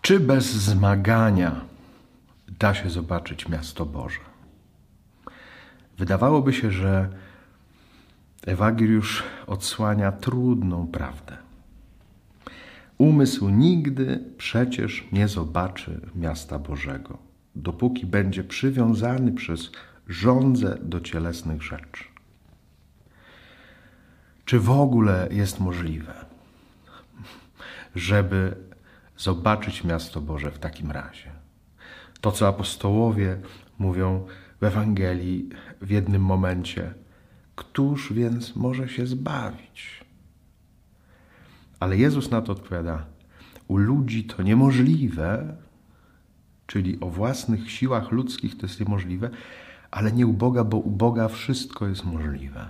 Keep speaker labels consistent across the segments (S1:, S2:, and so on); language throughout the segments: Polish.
S1: Czy bez zmagania da się zobaczyć miasto Boże? Wydawałoby się, że Ewangeliusz odsłania trudną prawdę. Umysł nigdy przecież nie zobaczy miasta Bożego, dopóki będzie przywiązany przez żądzę do cielesnych rzeczy. Czy w ogóle jest możliwe, żeby zobaczyć miasto Boże w takim razie? To, co apostołowie mówią w Ewangelii w jednym momencie: któż więc może się zbawić? Ale Jezus na to odpowiada: u ludzi to niemożliwe, czyli o własnych siłach ludzkich to jest niemożliwe, ale nie u Boga, bo u Boga wszystko jest możliwe.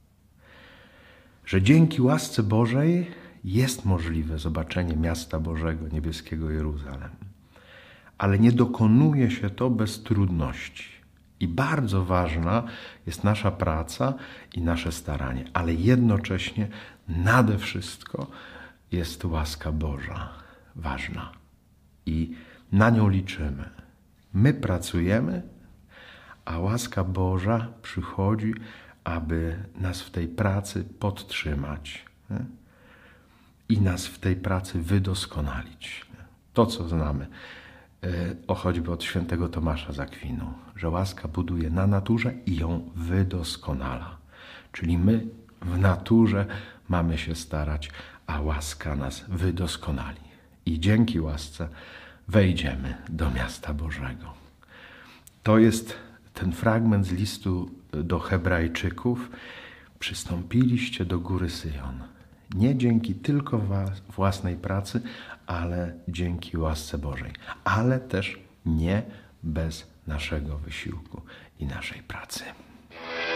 S1: Że dzięki łasce Bożej jest możliwe zobaczenie miasta Bożego, niebieskiego Jeruzalem. Ale nie dokonuje się to bez trudności. I bardzo ważna jest nasza praca i nasze staranie, ale jednocześnie nade wszystko jest łaska Boża ważna i na nią liczymy. My pracujemy, a łaska Boża przychodzi, aby nas w tej pracy podtrzymać i nas w tej pracy wydoskonalić. To, co znamy choćby od świętego Tomasza z Akwinu, że łaska buduje na naturze i ją wydoskonala. Czyli my w naturze mamy się starać, a łaska nas wydoskonali. I dzięki łasce wejdziemy do miasta Bożego. To jest ten fragment z listu do Hebrajczyków. Przystąpiliście do góry Syjon. Nie dzięki tylko własnej pracy, ale dzięki łasce Bożej. Ale też nie bez naszego wysiłku i naszej pracy.